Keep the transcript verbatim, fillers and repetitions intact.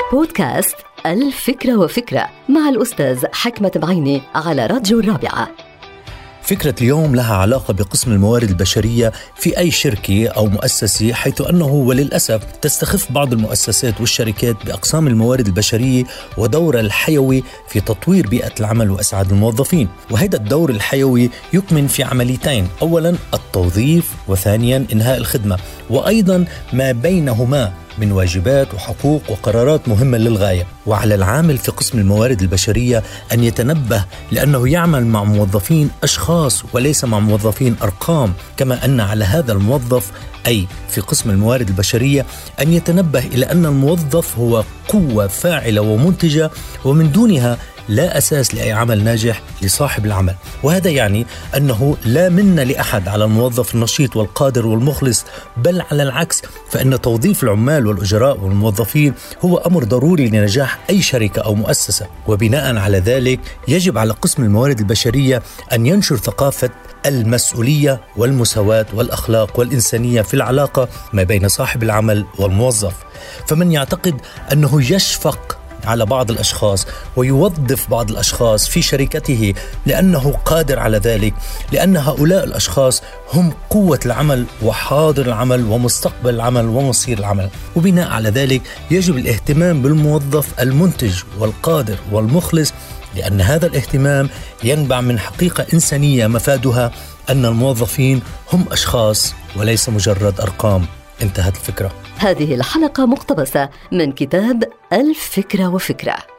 بودكاست الفكرة وفكرة مع الأستاذ حكمة بعيني على راديو الرابعة. فكرة اليوم لها علاقة بقسم الموارد البشرية في أي شركة أو مؤسسة، حيث أنه وللأسف تستخف بعض المؤسسات والشركات بأقسام الموارد البشرية ودورها الحيوي في تطوير بيئة العمل وإسعاد الموظفين. وهذا الدور الحيوي يكمن في عمليتين: أولا التوظيف، وثانيا إنهاء الخدمة، وأيضا ما بينهما من واجبات وحقوق وقرارات مهمة للغاية. وعلى العامل في قسم الموارد البشرية أن يتنبه، لأنه يعمل مع موظفين أشخاص وليس مع موظفين أرقام. كما أن على هذا الموظف أي في قسم الموارد البشرية أن يتنبه إلى أن الموظف هو قوة فاعلة ومنتجة، ومن دونها لا أساس لأي عمل ناجح لصاحب العمل. وهذا يعني أنه لا من لأحد على الموظف النشيط والقادر والمخلص، بل على العكس، فإن توظيف العمال والأجراء والموظفين هو أمر ضروري لنجاح أي شركة أو مؤسسة. وبناء على ذلك يجب على قسم الموارد البشرية أن ينشر ثقافة المسؤولية والمساواة والأخلاق والإنسانية في العلاقة ما بين صاحب العمل والموظف. فمن يعتقد أنه يشفق على بعض الأشخاص ويوظف بعض الأشخاص في شركته لأنه قادر على ذلك، لأن هؤلاء الأشخاص هم قوة العمل وحاضر العمل ومستقبل العمل ومصير العمل. وبناء على ذلك يجب الاهتمام بالموظف المنتج والقادر والمخلص، لأن هذا الاهتمام ينبع من حقيقة إنسانية مفادها أن الموظفين هم أشخاص وليس مجرد أرقام. انتهت الفكرة. هذه الحلقة مقتبسة من كتاب الفكرة وفكرة.